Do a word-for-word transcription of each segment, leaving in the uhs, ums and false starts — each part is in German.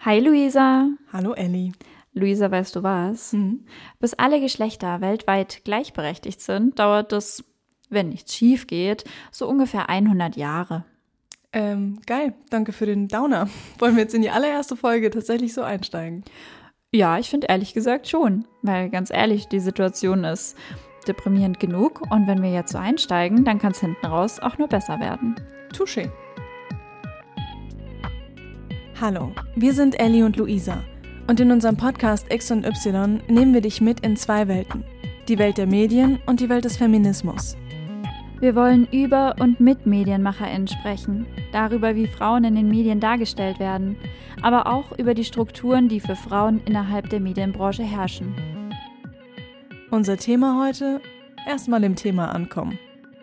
Hi Luisa. Hallo Elli. Luisa, weißt du was? Mhm. Bis alle Geschlechter weltweit gleichberechtigt sind, dauert das, wenn nichts schief geht, so ungefähr hundert Jahre. Ähm, geil, danke für den Downer. Wollen wir jetzt in die allererste Folge tatsächlich so einsteigen? Ja, ich finde ehrlich gesagt schon, weil ganz ehrlich, die Situation ist deprimierend genug und wenn wir jetzt so einsteigen, dann kann es hinten raus auch nur besser werden. Touché. Hallo, wir sind Elli und Luisa und in unserem Podcast X und Y nehmen wir dich mit in zwei Welten. Die Welt der Medien und die Welt des Feminismus. Wir wollen über und mit MedienmacherInnen sprechen, darüber, wie Frauen in den Medien dargestellt werden, aber auch über die Strukturen, die für Frauen innerhalb der Medienbranche herrschen. Unser Thema heute: erstmal im Thema ankommen.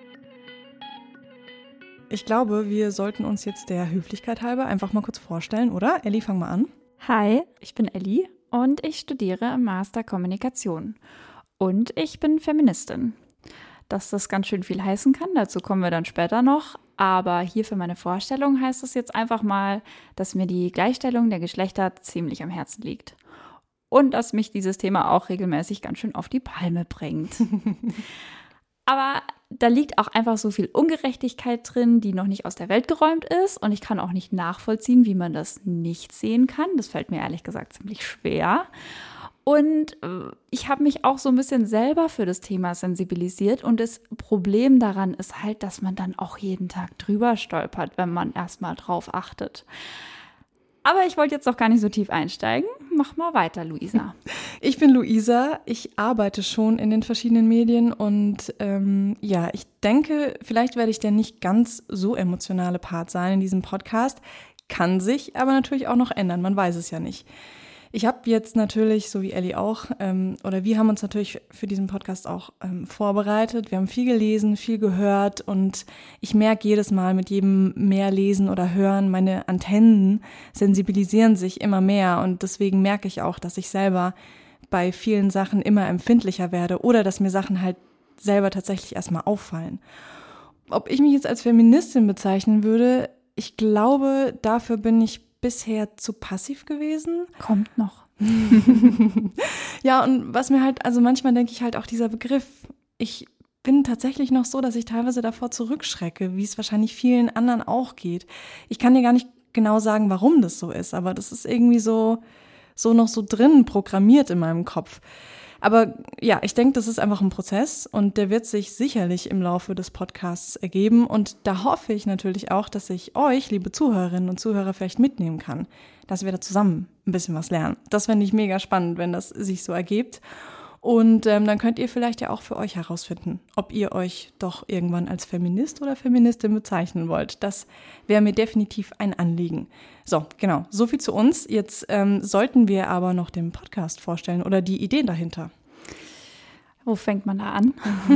Ich glaube, wir sollten uns jetzt der Höflichkeit halber einfach mal kurz vorstellen, oder? Elli, fang mal an. Hi, ich bin Elli und ich studiere im Master Kommunikation. Und ich bin Feministin. Dass das ganz schön viel heißen kann, dazu kommen wir dann später noch. Aber hier für meine Vorstellung heißt es jetzt einfach mal, dass mir die Gleichstellung der Geschlechter ziemlich am Herzen liegt. Und dass mich dieses Thema auch regelmäßig ganz schön auf die Palme bringt. Aber da liegt auch einfach so viel Ungerechtigkeit drin, die noch nicht aus der Welt geräumt ist. Und ich kann auch nicht nachvollziehen, wie man das nicht sehen kann. Das fällt mir ehrlich gesagt ziemlich schwer. Und ich habe mich auch so ein bisschen selber für das Thema sensibilisiert. Und das Problem daran ist halt, dass man dann auch jeden Tag drüber stolpert, wenn man erstmal drauf achtet. Aber ich wollte jetzt noch gar nicht so tief einsteigen. Mach mal weiter, Luisa. Ich bin Luisa. Ich arbeite schon in den verschiedenen Medien. Und ähm, ja, ich denke, vielleicht werde ich der nicht ganz so emotionale Part sein in diesem Podcast. Kann sich aber natürlich auch noch ändern. Man weiß es ja nicht. Ich habe jetzt natürlich, so wie Elli auch, ähm, oder wir haben uns natürlich für diesen Podcast auch ähm, vorbereitet. Wir haben viel gelesen, viel gehört und ich merke jedes Mal mit jedem mehr Lesen oder Hören, meine Antennen sensibilisieren sich immer mehr und deswegen merke ich auch, dass ich selber bei vielen Sachen immer empfindlicher werde oder dass mir Sachen halt selber tatsächlich erstmal auffallen. Ob ich mich jetzt als Feministin bezeichnen würde, ich glaube, dafür bin ich bisher zu passiv gewesen. Kommt noch. Ja, und was mir halt, also manchmal denke ich halt auch dieser Begriff, ich bin tatsächlich noch so, dass ich teilweise davor zurückschrecke, wie es wahrscheinlich vielen anderen auch geht. Ich kann dir gar nicht genau sagen, warum das so ist, aber das ist irgendwie so, so noch so drin programmiert in meinem Kopf. Aber ja, ich denke, das ist einfach ein Prozess und der wird sich sicherlich im Laufe des Podcasts ergeben. Und da hoffe ich natürlich auch, dass ich euch, liebe Zuhörerinnen und Zuhörer, vielleicht mitnehmen kann, dass wir da zusammen ein bisschen was lernen. Das fände ich mega spannend, wenn das sich so ergibt. Und ähm, dann könnt ihr vielleicht ja auch für euch herausfinden, ob ihr euch doch irgendwann als Feminist oder Feministin bezeichnen wollt. Das wäre mir definitiv ein Anliegen. So, genau, so viel zu uns. Jetzt ähm, sollten wir aber noch den Podcast vorstellen oder die Ideen dahinter. Wo fängt man da an?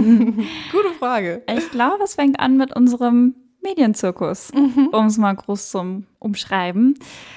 Gute Frage. Ich glaube, es fängt an mit unserem Medienzirkus, mhm. um es mal groß zu umschreiben.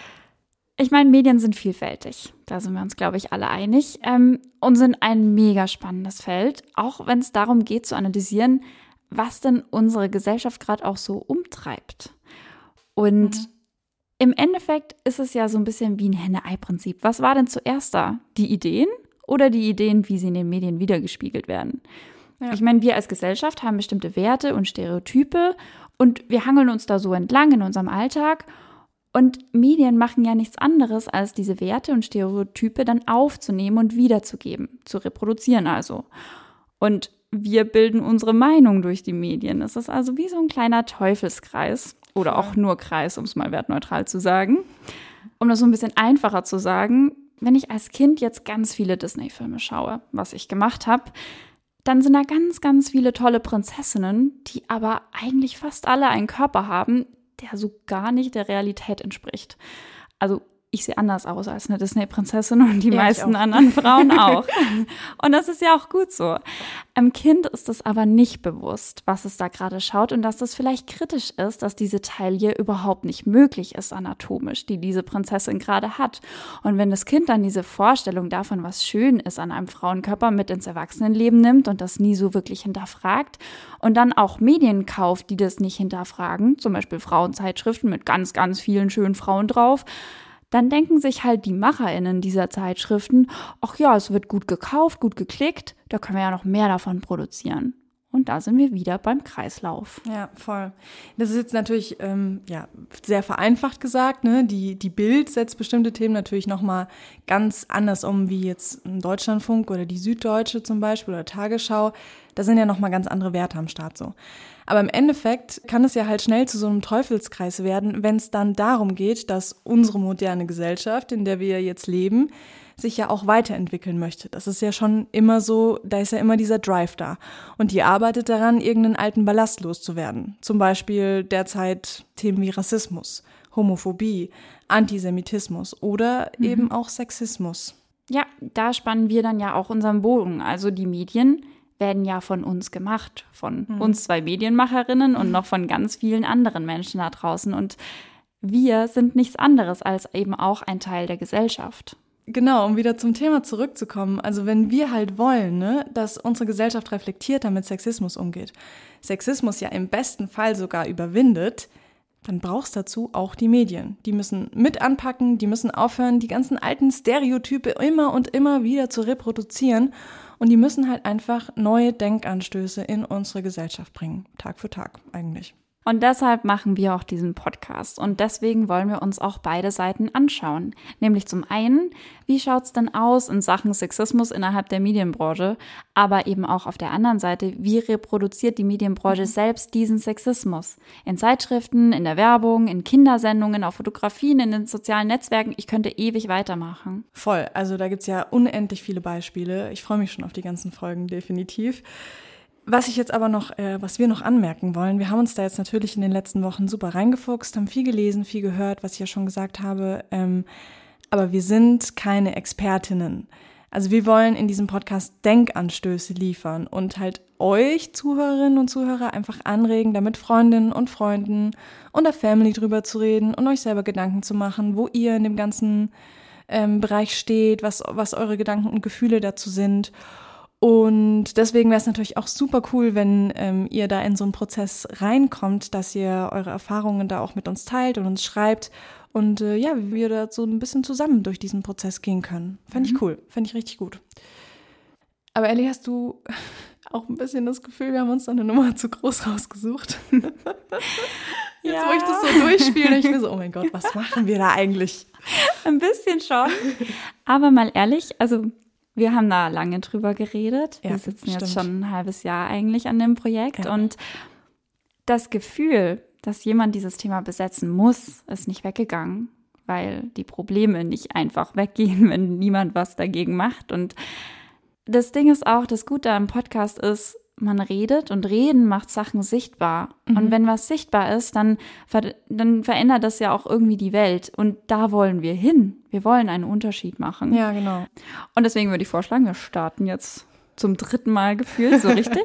Ich meine, Medien sind vielfältig, da sind wir uns, glaube ich, alle einig, ähm, und sind ein mega spannendes Feld, auch wenn es darum geht zu analysieren, was denn unsere Gesellschaft gerade auch so umtreibt. Und mhm. im Endeffekt ist es ja so ein bisschen wie ein Henne-Ei-Prinzip. Was war denn zuerst da? Die Ideen oder die Ideen, wie sie in den Medien wiedergespiegelt werden? Ja. Ich meine, wir als Gesellschaft haben bestimmte Werte und Stereotype und wir hangeln uns da so entlang in unserem Alltag. Und Medien machen ja nichts anderes, als diese Werte und Stereotype dann aufzunehmen und wiederzugeben, zu reproduzieren also. Und wir bilden unsere Meinung durch die Medien. Es ist also wie so ein kleiner Teufelskreis oder auch nur Kreis, um es mal wertneutral zu sagen. Um das so ein bisschen einfacher zu sagen, wenn ich als Kind jetzt ganz viele Disney-Filme schaue, was ich gemacht habe, dann sind da ganz, ganz viele tolle Prinzessinnen, die aber eigentlich fast alle einen Körper haben, der so gar nicht der Realität entspricht. Also ich sehe anders aus als eine Disney-Prinzessin und die ja, meisten anderen Frauen auch. Und das ist ja auch gut so. Einem Kind ist es aber nicht bewusst, was es da gerade schaut und dass das vielleicht kritisch ist, dass diese Taille überhaupt nicht möglich ist anatomisch, die diese Prinzessin gerade hat. Und wenn das Kind dann diese Vorstellung davon, was schön ist an einem Frauenkörper, mit ins Erwachsenenleben nimmt und das nie so wirklich hinterfragt und dann auch Medien kauft, die das nicht hinterfragen, zum Beispiel Frauenzeitschriften mit ganz, ganz vielen schönen Frauen drauf, dann denken sich halt die MacherInnen dieser Zeitschriften, ach ja, es wird gut gekauft, gut geklickt, da können wir ja noch mehr davon produzieren. Und da sind wir wieder beim Kreislauf. Ja, voll. Das ist jetzt natürlich ähm, ja, sehr vereinfacht gesagt. Ne? Die, die Bild setzt bestimmte Themen natürlich nochmal ganz anders um, wie jetzt ein Deutschlandfunk oder die Süddeutsche zum Beispiel oder Tagesschau. Da sind ja nochmal ganz andere Werte am Start so. Aber im Endeffekt kann es ja halt schnell zu so einem Teufelskreis werden, wenn es dann darum geht, dass unsere moderne Gesellschaft, in der wir jetzt leben, sich ja auch weiterentwickeln möchte. Das ist ja schon immer so, da ist ja immer dieser Drive da. Und die arbeitet daran, irgendeinen alten Ballast loszuwerden. Zum Beispiel derzeit Themen wie Rassismus, Homophobie, Antisemitismus oder mhm. eben auch Sexismus. Ja, da spannen wir dann ja auch unseren Bogen. Also die Medien werden ja von uns gemacht, von mhm. uns zwei Medienmacherinnen und noch von ganz vielen anderen Menschen da draußen. Und wir sind nichts anderes als eben auch ein Teil der Gesellschaft. Genau, um wieder zum Thema zurückzukommen. Also wenn wir halt wollen, ne, dass unsere Gesellschaft reflektierter mit Sexismus umgeht, Sexismus ja im besten Fall sogar überwindet, dann braucht es dazu auch die Medien. Die müssen mit anpacken, die müssen aufhören, die ganzen alten Stereotype immer und immer wieder zu reproduzieren. Und die müssen halt einfach neue Denkanstöße in unsere Gesellschaft bringen. Tag für Tag eigentlich. Und deshalb machen wir auch diesen Podcast. Und deswegen wollen wir uns auch beide Seiten anschauen. Nämlich zum einen, wie schaut's denn aus in Sachen Sexismus innerhalb der Medienbranche? Aber eben auch auf der anderen Seite, wie reproduziert die Medienbranche selbst diesen Sexismus? In Zeitschriften, in der Werbung, in Kindersendungen, auf Fotografien, in den sozialen Netzwerken. Ich könnte ewig weitermachen. Voll. Also da gibt's ja unendlich viele Beispiele. Ich freue mich schon auf die ganzen Folgen, definitiv. Was ich jetzt aber noch, äh, was wir noch anmerken wollen, wir haben uns da jetzt natürlich in den letzten Wochen super reingefuchst, haben viel gelesen, viel gehört, was ich ja schon gesagt habe, ähm, aber wir sind keine Expertinnen. Also wir wollen in diesem Podcast Denkanstöße liefern und halt euch Zuhörerinnen und Zuhörer einfach anregen, da mit Freundinnen und Freunden und der Family drüber zu reden und euch selber Gedanken zu machen, wo ihr in dem ganzen ähm, Bereich steht, was, was eure Gedanken und Gefühle dazu sind. Und deswegen wäre es natürlich auch super cool, wenn ähm, ihr da in so einen Prozess reinkommt, dass ihr eure Erfahrungen da auch mit uns teilt und uns schreibt und äh, ja, wie wir da so ein bisschen zusammen durch diesen Prozess gehen können. Fände ich cool, fände ich richtig gut. Aber Elli, hast du auch ein bisschen das Gefühl, wir haben uns da eine Nummer zu groß rausgesucht? Jetzt, ja. Wo ich das so durchspiele, ich mir so, oh mein Gott, was machen wir da eigentlich? Ein bisschen schon, aber mal ehrlich, also wir haben da lange drüber geredet. Ja, wir sitzen stimmt. jetzt schon ein halbes Jahr eigentlich an dem Projekt. Ja. Und das Gefühl, dass jemand dieses Thema besetzen muss, ist nicht weggegangen, weil die Probleme nicht einfach weggehen, wenn niemand was dagegen macht. Und das Ding ist auch, das Gute am Podcast ist, man redet und reden macht Sachen sichtbar. Mhm. Und wenn was sichtbar ist, dann, ver- dann verändert das ja auch irgendwie die Welt. Und da wollen wir hin. Wir wollen einen Unterschied machen. Ja, genau. Und deswegen würde ich vorschlagen, wir starten jetzt zum dritten Mal gefühlt, so richtig.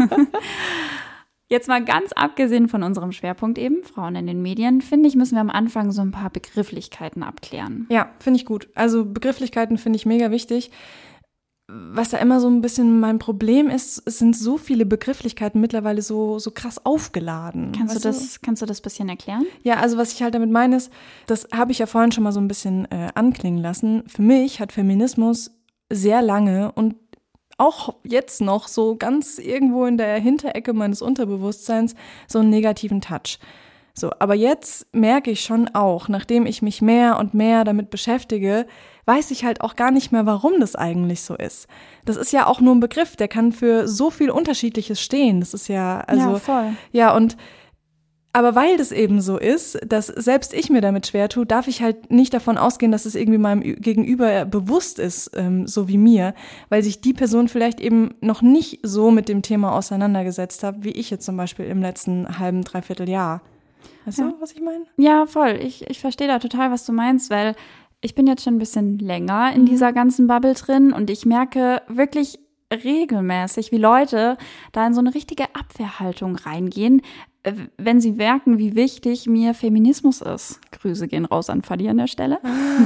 Jetzt mal ganz abgesehen von unserem Schwerpunkt eben, Frauen in den Medien, finde ich, müssen wir am Anfang so ein paar Begrifflichkeiten abklären. Ja, finde ich gut. Also Begrifflichkeiten finde ich mega wichtig. Was da immer so ein bisschen mein Problem ist, es sind so viele Begrifflichkeiten mittlerweile so, so krass aufgeladen. Kannst du das, kannst du das ein bisschen erklären? Ja, also was ich halt damit meine ist, das habe ich ja vorhin schon mal so ein bisschen äh, anklingen lassen. Für mich hat Feminismus sehr lange und auch jetzt noch so ganz irgendwo in der Hinterecke meines Unterbewusstseins so einen negativen Touch. So, aber jetzt merke ich schon auch, nachdem ich mich mehr und mehr damit beschäftige, weiß ich halt auch gar nicht mehr, warum das eigentlich so ist. Das ist ja auch nur ein Begriff, der kann für so viel Unterschiedliches stehen. Das ist ja, also, ja, voll. Ja, und, aber weil das eben so ist, dass selbst ich mir damit schwer tue, darf ich halt nicht davon ausgehen, dass es irgendwie meinem Gegenüber bewusst ist, ähm, so wie mir, weil sich die Person vielleicht eben noch nicht so mit dem Thema auseinandergesetzt hat, wie ich jetzt zum Beispiel im letzten halben, dreiviertel Jahr. Weißt ja. du, was ich meine? Ja, voll. Ich, ich verstehe da total, was du meinst, weil ich bin jetzt schon ein bisschen länger in dieser ganzen Bubble drin und ich merke wirklich regelmäßig, wie Leute da in so eine richtige Abwehrhaltung reingehen, wenn sie merken, wie wichtig mir Feminismus ist. Grüße gehen raus an Fadi an der Stelle.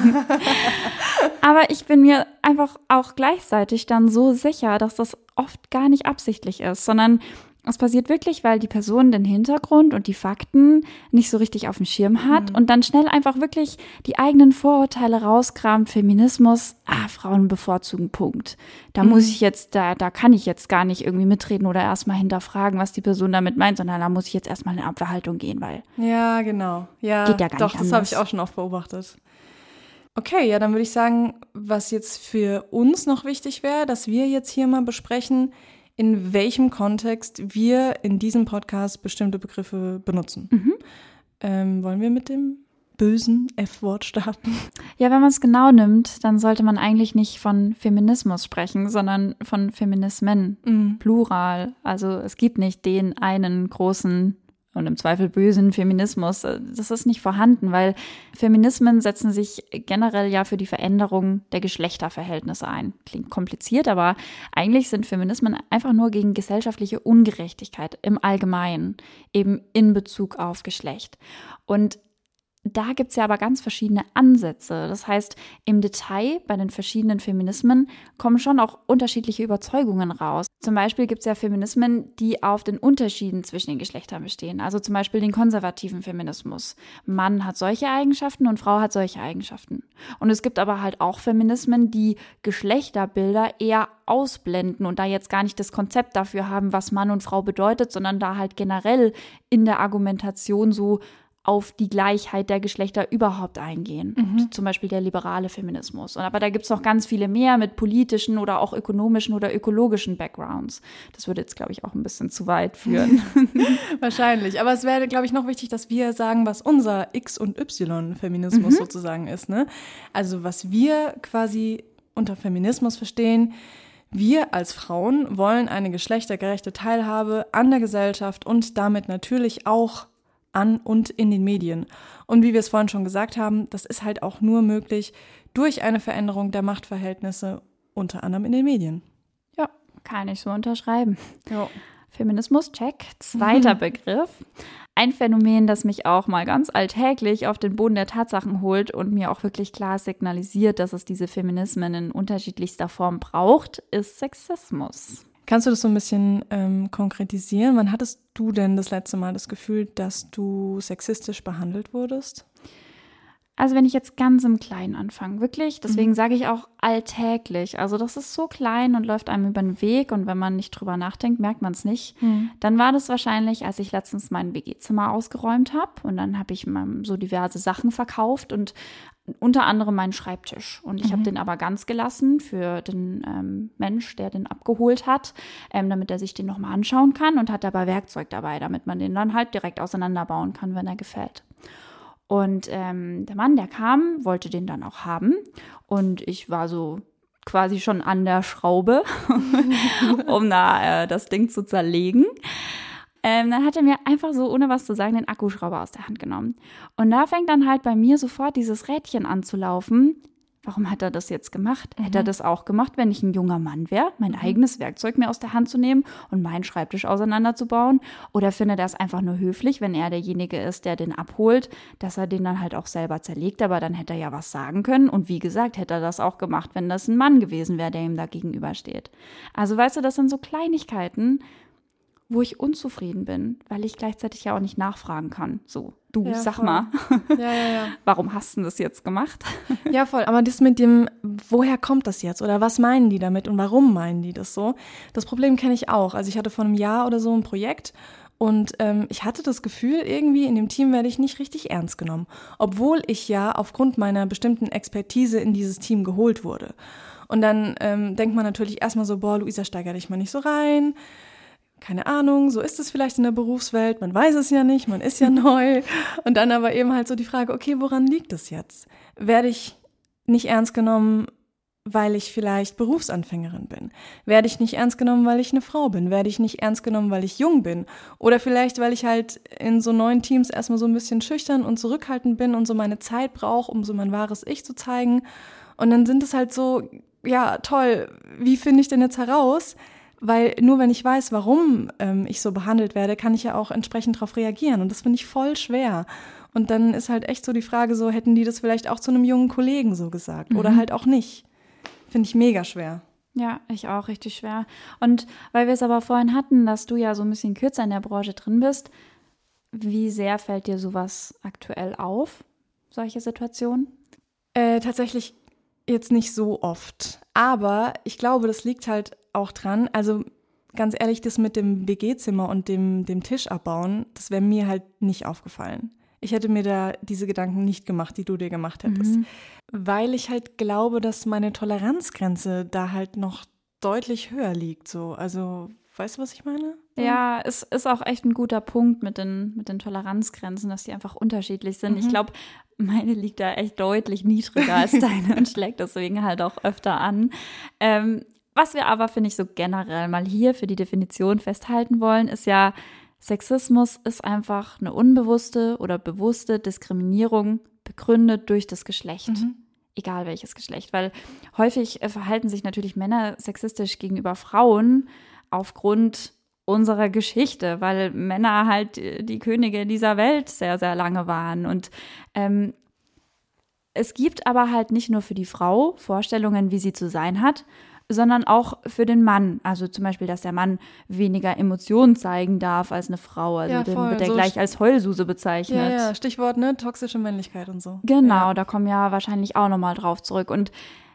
Aber ich bin mir einfach auch gleichzeitig dann so sicher, dass das oft gar nicht absichtlich ist, sondern Es passiert wirklich, weil die Person den Hintergrund und die Fakten nicht so richtig auf dem Schirm hat mhm. und dann schnell einfach wirklich die eigenen Vorurteile rauskramt. Feminismus, ah, Frauen bevorzugen, Punkt. Da mhm. muss ich jetzt, da, da kann ich jetzt gar nicht irgendwie mitreden oder erstmal hinterfragen, was die Person damit meint, sondern da muss ich jetzt erstmal in eine Abwehrhaltung gehen, weil. Ja, genau. Ja, geht ja gar doch, nicht das habe ich auch schon oft beobachtet. Okay, ja, dann würde ich sagen, was jetzt für uns noch wichtig wäre, dass wir jetzt hier mal besprechen, in welchem Kontext wir in diesem Podcast bestimmte Begriffe benutzen. Mhm. Ähm, wollen wir mit dem bösen F-Wort starten? Ja, wenn man es genau nimmt, dann sollte man eigentlich nicht von Feminismus sprechen, sondern von Feminismen, mhm. Plural. Also es gibt nicht den einen großen und im Zweifel bösen Feminismus. Das ist nicht vorhanden, weil Feminismen setzen sich generell ja für die Veränderung der Geschlechterverhältnisse ein. Klingt kompliziert, aber eigentlich sind Feminismen einfach nur gegen gesellschaftliche Ungerechtigkeit im Allgemeinen, eben in Bezug auf Geschlecht. Und da gibt es ja aber ganz verschiedene Ansätze. Das heißt, im Detail bei den verschiedenen Feminismen kommen schon auch unterschiedliche Überzeugungen raus. Zum Beispiel gibt es ja Feminismen, die auf den Unterschieden zwischen den Geschlechtern bestehen. Also zum Beispiel den konservativen Feminismus. Mann hat solche Eigenschaften und Frau hat solche Eigenschaften. Und es gibt aber halt auch Feminismen, die Geschlechterbilder eher ausblenden und da jetzt gar nicht das Konzept dafür haben, was Mann und Frau bedeutet, sondern da halt generell in der Argumentation so auf die Gleichheit der Geschlechter überhaupt eingehen. Mhm. Zum Beispiel der liberale Feminismus. Und aber da gibt es noch ganz viele mehr mit politischen oder auch ökonomischen oder ökologischen Backgrounds. Das würde jetzt, glaube ich, auch ein bisschen zu weit führen. Wahrscheinlich. Aber es wäre, glaube ich, noch wichtig, dass wir sagen, was unser X- und Y-Feminismus mhm. sozusagen ist. Ne? Also was wir quasi unter Feminismus verstehen. Wir als Frauen wollen eine geschlechtergerechte Teilhabe an der Gesellschaft und damit natürlich auch an und in den Medien. Und wie wir es vorhin schon gesagt haben, das ist halt auch nur möglich durch eine Veränderung der Machtverhältnisse, unter anderem in den Medien. Ja, kann ich so unterschreiben. Ja. Feminismus, check. Zweiter mhm. Begriff. Ein Phänomen, das mich auch mal ganz alltäglich auf den Boden der Tatsachen holt und mir auch wirklich klar signalisiert, dass es diese Feminismen in unterschiedlichster Form braucht, ist Sexismus. Kannst du das so ein bisschen ähm, konkretisieren? Wann hattest du denn das letzte Mal das Gefühl, dass du sexistisch behandelt wurdest? Also wenn ich jetzt ganz im Kleinen anfange, wirklich, deswegen mhm. sage ich auch alltäglich. Also das ist so klein und läuft einem über den Weg und wenn man nicht drüber nachdenkt, merkt man es nicht. Mhm. Dann war das wahrscheinlich, als ich letztens mein W G-Zimmer ausgeräumt habe und dann habe ich so diverse Sachen verkauft und unter anderem meinen Schreibtisch. Und ich mhm. habe den aber ganz gelassen für den ähm, Mensch, der den abgeholt hat, ähm, damit er sich den nochmal anschauen kann und hat dabei Werkzeug dabei, damit man den dann halt direkt auseinanderbauen kann, wenn er gefällt. Und ähm, der Mann, der kam, wollte den dann auch haben. Und ich war so quasi schon an der Schraube, um da äh, das Ding zu zerlegen. Ähm, dann hat er mir einfach so, ohne was zu sagen, den Akkuschrauber aus der Hand genommen. Und da fängt dann halt bei mir sofort dieses Rädchen an zu laufen. Warum hat er das jetzt gemacht? Mhm. Hätte er das auch gemacht, wenn ich ein junger Mann wäre, mein mhm. eigenes Werkzeug mir aus der Hand zu nehmen und meinen Schreibtisch auseinanderzubauen? Oder findet er es einfach nur höflich, wenn er derjenige ist, der den abholt, dass er den dann halt auch selber zerlegt? Aber dann hätte er ja was sagen können. Und wie gesagt, hätte er das auch gemacht, wenn das ein Mann gewesen wäre, der ihm da gegenübersteht. Also weißt du, das sind so Kleinigkeiten, wo ich unzufrieden bin, weil ich gleichzeitig ja auch nicht nachfragen kann. So, du, ja, sag voll. mal, ja, ja, ja. warum hast du das jetzt gemacht? Ja, voll. Aber das mit dem, woher kommt das jetzt? Oder was meinen die damit und warum meinen die das so? Das Problem kenne ich auch. Also ich hatte vor einem Jahr oder so ein Projekt und ähm, ich hatte das Gefühl, irgendwie in dem Team werde ich nicht richtig ernst genommen. Obwohl ich ja aufgrund meiner bestimmten Expertise in dieses Team geholt wurde. Und dann ähm, denkt man natürlich erstmal so, boah, Luisa, steiger dich mal nicht so rein. Keine Ahnung, so ist es vielleicht in der Berufswelt, man weiß es ja nicht, man ist ja neu. Und dann aber eben halt so die Frage, okay, woran liegt es jetzt? Werde ich nicht ernst genommen, weil ich vielleicht Berufsanfängerin bin? Werde ich nicht ernst genommen, weil ich eine Frau bin? Werde ich nicht ernst genommen, weil ich jung bin? Oder vielleicht, weil ich halt in so neuen Teams erstmal so ein bisschen schüchtern und zurückhaltend bin und so meine Zeit brauche, um so mein wahres Ich zu zeigen. Und dann sind es halt so, ja, toll, wie finde ich denn jetzt heraus? Weil nur wenn ich weiß, warum ähm, ich so behandelt werde, kann ich ja auch entsprechend darauf reagieren. Und das finde ich voll schwer. Und dann ist halt echt so die Frage so, hätten die das vielleicht auch zu einem jungen Kollegen so gesagt? Mhm. Oder halt auch nicht. Finde ich mega schwer. Ja, ich auch, richtig schwer. Und weil wir es aber vorhin hatten, dass du ja so ein bisschen kürzer in der Branche drin bist, wie sehr fällt dir sowas aktuell auf, solche Situationen? Äh, tatsächlich jetzt nicht so oft. Aber ich glaube, das liegt halt auch dran. Also ganz ehrlich, das mit dem W G-Zimmer und dem, dem Tisch abbauen, das wäre mir halt nicht aufgefallen. Ich hätte mir da diese Gedanken nicht gemacht, die du dir gemacht hättest. Mhm. Weil ich halt glaube, dass meine Toleranzgrenze da halt noch deutlich höher liegt. So. Also, weißt du, was ich meine? Ja, es ist auch echt ein guter Punkt mit den, mit den Toleranzgrenzen, dass die einfach unterschiedlich sind. Mhm. Ich glaube, meine liegt da echt deutlich niedriger als deine und schlägt deswegen halt auch öfter an. Ähm, was wir aber, finde ich, so generell mal hier für die Definition festhalten wollen, ist ja, Sexismus ist einfach eine unbewusste oder bewusste Diskriminierung, begründet durch das Geschlecht. Mhm. Egal welches Geschlecht. Weil häufig verhalten sich natürlich Männer sexistisch gegenüber Frauen aufgrund unserer Geschichte, weil Männer halt die Könige dieser Welt sehr, sehr lange waren. Und ähm, es gibt aber halt nicht nur für die Frau Vorstellungen, wie sie zu sein hat, sondern auch für den Mann. Also zum Beispiel, dass der Mann weniger Emotionen zeigen darf als eine Frau. Also ja, den wird er so gleich als Heulsuse bezeichnet. Ja, ja, Stichwort, ne, toxische Männlichkeit und so. Genau, ja. Da kommen ja wahrscheinlich auch nochmal drauf zurück. Und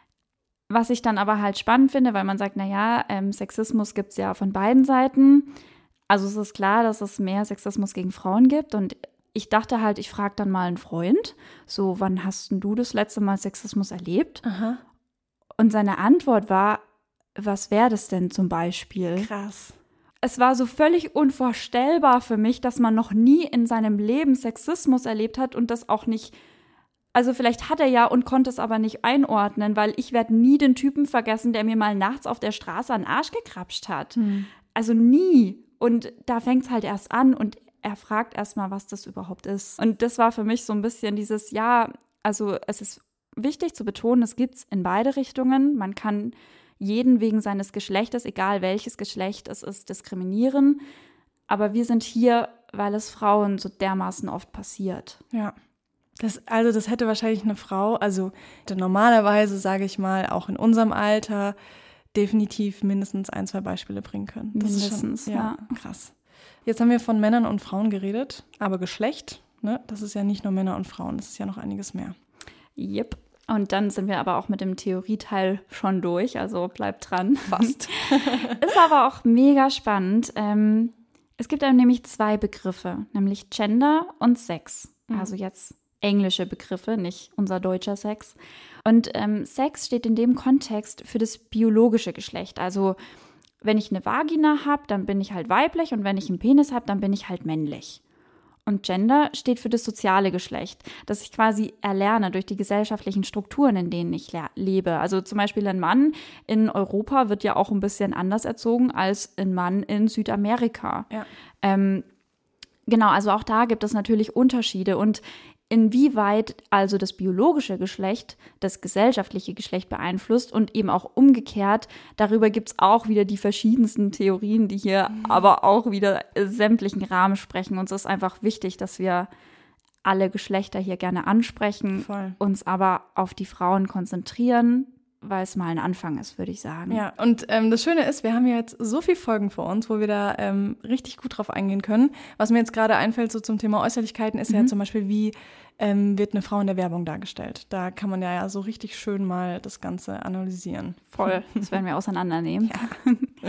was ich dann aber halt spannend finde, weil man sagt, naja, ähm, Sexismus gibt es ja von beiden Seiten. Also es ist klar, dass es mehr Sexismus gegen Frauen gibt. Und ich dachte halt, ich frage dann mal einen Freund, so, wann hast denn du das letzte Mal Sexismus erlebt? Aha. Und seine Antwort war, was wäre das denn zum Beispiel? Krass. Es war so völlig unvorstellbar für mich, dass man noch nie in seinem Leben Sexismus erlebt hat und das auch nicht, also vielleicht hat er ja und konnte es aber nicht einordnen, weil ich werde nie den Typen vergessen, der mir mal nachts auf der Straße an den Arsch gekrapscht hat. Hm. Also nie. Und da fängt es halt erst an und er fragt erst mal, was das überhaupt ist. Und das war für mich so ein bisschen dieses, ja, also es ist wichtig zu betonen, es gibt es in beide Richtungen. Man kann jeden wegen seines Geschlechtes, egal welches Geschlecht es ist, diskriminieren. Aber wir sind hier, weil es Frauen so dermaßen oft passiert. Ja, das, also das hätte wahrscheinlich eine Frau, also normalerweise, sage ich mal, auch in unserem Alter definitiv mindestens ein, zwei Beispiele bringen können. Das mindestens, ist schon, ja, ja, krass. Jetzt haben wir von Männern und Frauen geredet, aber Geschlecht, ne, das ist ja nicht nur Männer und Frauen, das ist ja noch einiges mehr. Yep. Und dann sind wir aber auch mit dem Theorieteil schon durch, also bleibt dran. Fast. Ist aber auch mega spannend. Ähm, es gibt dann nämlich zwei Begriffe, nämlich Gender und Sex. Mhm. Also jetzt englische Begriffe, nicht unser deutscher Sex. Und ähm, Sex steht in dem Kontext für das biologische Geschlecht. Also wenn ich eine Vagina habe, dann bin ich halt weiblich und wenn ich einen Penis habe, dann bin ich halt männlich. Und Gender steht für das soziale Geschlecht, das ich quasi erlerne durch die gesellschaftlichen Strukturen, in denen ich le- lebe. Also zum Beispiel ein Mann in Europa wird ja auch ein bisschen anders erzogen als ein Mann in Südamerika. Ja. Ähm, genau, also auch da gibt es natürlich Unterschiede. Und inwieweit also das biologische Geschlecht das gesellschaftliche Geschlecht beeinflusst und eben auch umgekehrt, darüber gibt es auch wieder die verschiedensten Theorien, die hier mhm. aber auch wieder sämtlichen Rahmen sprechen. Uns ist einfach wichtig, dass wir alle Geschlechter hier gerne ansprechen, Voll. Uns aber auf die Frauen konzentrieren, weil es mal ein Anfang ist, würde ich sagen. Ja, und ähm, das Schöne ist, wir haben ja jetzt so viele Folgen vor uns, wo wir da ähm, richtig gut drauf eingehen können. Was mir jetzt gerade einfällt so zum Thema Äußerlichkeiten ist mhm. ja zum Beispiel, wie ähm, wird eine Frau in der Werbung dargestellt. Da kann man ja, ja so richtig schön mal das Ganze analysieren. Voll, das werden wir auseinandernehmen. Ja,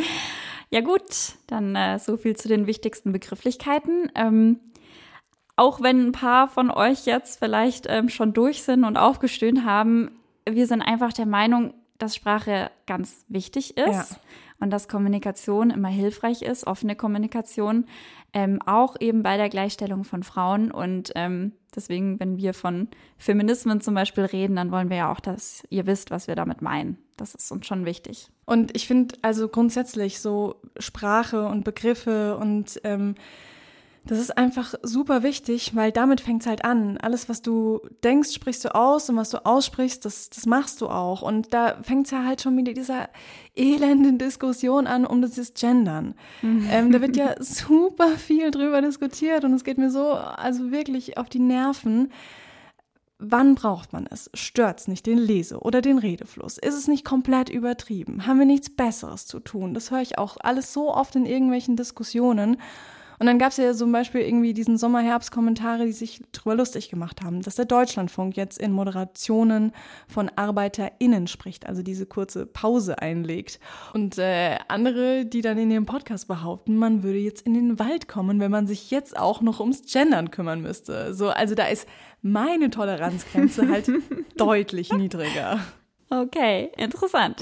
ja gut, dann äh, so viel zu den wichtigsten Begrifflichkeiten. Ähm, auch wenn ein paar von euch jetzt vielleicht ähm, schon durch sind und aufgestöhnt haben, wir sind einfach der Meinung, dass Sprache ganz wichtig ist ja. und dass Kommunikation immer hilfreich ist, offene Kommunikation, ähm, auch eben bei der Gleichstellung von Frauen. Und ähm, deswegen, wenn wir von Feminismen zum Beispiel reden, dann wollen wir ja auch, dass ihr wisst, was wir damit meinen. Das ist uns schon wichtig. Und ich finde also grundsätzlich so Sprache und Begriffe und ähm, das ist einfach super wichtig, weil damit fängt es halt an. Alles, was du denkst, sprichst du aus und was du aussprichst, das, das machst du auch. Und da fängt es ja halt schon mit dieser elenden Diskussion an um das Gendern. Mhm. Ähm, da wird ja super viel drüber diskutiert und es geht mir so, also wirklich auf die Nerven. Wann braucht man es? Stört's nicht den Lese- oder den Redefluss? Ist es nicht komplett übertrieben? Haben wir nichts Besseres zu tun? Das höre ich auch alles so oft in irgendwelchen Diskussionen. Und dann gab es ja zum Beispiel irgendwie diesen Sommer-Herbst-Kommentare, die sich drüber lustig gemacht haben, dass der Deutschlandfunk jetzt in Moderationen von ArbeiterInnen spricht, also diese kurze Pause einlegt. Und äh, andere, die dann in ihrem Podcast behaupten, man würde jetzt in den Wald kommen, wenn man sich jetzt auch noch ums Gendern kümmern müsste. So, also da ist meine Toleranzgrenze halt deutlich niedriger. Okay, interessant.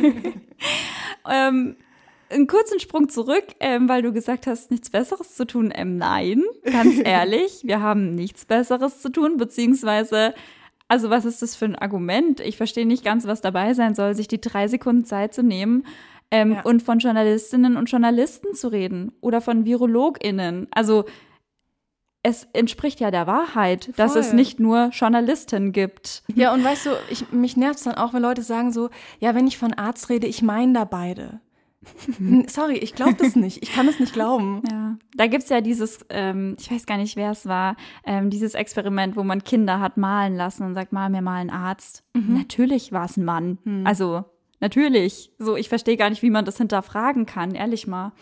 ähm, Einen kurzen Sprung zurück, ähm, weil du gesagt hast, nichts Besseres zu tun. Ähm, nein, ganz ehrlich, wir haben nichts Besseres zu tun, beziehungsweise, also was ist das für ein Argument? Ich verstehe nicht ganz, was dabei sein soll, sich die drei Sekunden Zeit zu nehmen ähm, Ja. und von Journalistinnen und Journalisten zu reden oder von VirologInnen. Also es entspricht ja der Wahrheit, dass Voll. es nicht nur Journalisten gibt. Ja, und weißt du, ich, mich nervt es dann auch, wenn Leute sagen so, ja, wenn ich von Arzt rede, ich meine da beide. Sorry, ich glaube das nicht. Ich kann es nicht glauben. Ja, da gibt's ja dieses, ähm, ich weiß gar nicht, wer es war, ähm, dieses Experiment, wo man Kinder hat malen lassen und sagt, mal mir mal einen Arzt. Mhm. Natürlich war es ein Mann. Mhm. Also, natürlich. So, ich verstehe gar nicht, wie man das hinterfragen kann, ehrlich mal.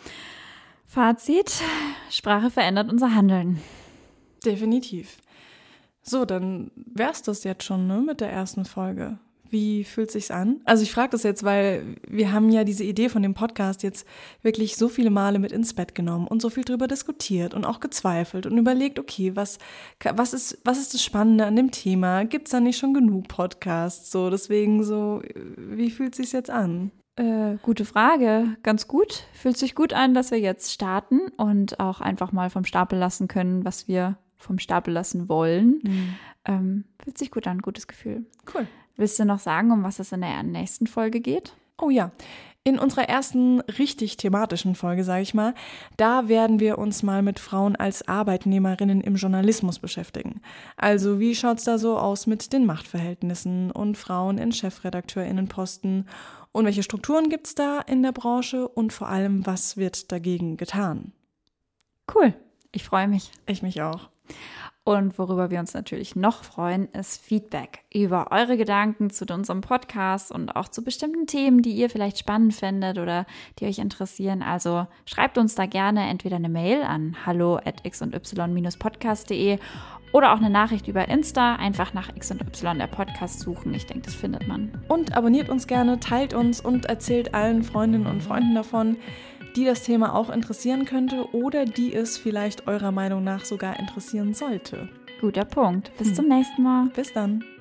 Fazit, Sprache verändert unser Handeln. Definitiv. So, dann wär's das jetzt schon, ne, mit der ersten Folge. Wie fühlt sich's an? Also ich frage das jetzt, weil wir haben ja diese Idee von dem Podcast jetzt wirklich so viele Male mit ins Bett genommen und so viel drüber diskutiert und auch gezweifelt und überlegt, okay, was, was ist, was ist das Spannende an dem Thema? Gibt's da nicht schon genug Podcasts? So, deswegen so, wie fühlt sich's jetzt an? Äh, gute Frage. Ganz gut. Fühlt sich gut an, dass wir jetzt starten und auch einfach mal vom Stapel lassen können, was wir vom Stapel lassen wollen. Mhm. Ähm, fühlt sich gut an, gutes Gefühl. Cool. Willst du noch sagen, um was es in der nächsten Folge geht? Oh ja, in unserer ersten richtig thematischen Folge, sage ich mal, da werden wir uns mal mit Frauen als Arbeitnehmerinnen im Journalismus beschäftigen. Also wie schaut's da so aus mit den Machtverhältnissen und Frauen in ChefredakteurInnenposten und welche Strukturen gibt's da in der Branche und vor allem, was wird dagegen getan? Cool, ich freue mich. Ich mich auch. Und worüber wir uns natürlich noch freuen, ist Feedback über eure Gedanken zu unserem Podcast und auch zu bestimmten Themen, die ihr vielleicht spannend findet oder die euch interessieren. Also schreibt uns da gerne entweder eine Mail an hallo at x und y Bindestrich podcast punkt de oder auch eine Nachricht über Insta. Einfach nach X und Y der Podcast suchen. Ich denke, das findet man. Und abonniert uns gerne, teilt uns und erzählt allen Freundinnen und Freunden davon, die das Thema auch interessieren könnte oder die es vielleicht eurer Meinung nach sogar interessieren sollte. Guter Punkt. Bis hm. zum nächsten Mal. Bis dann.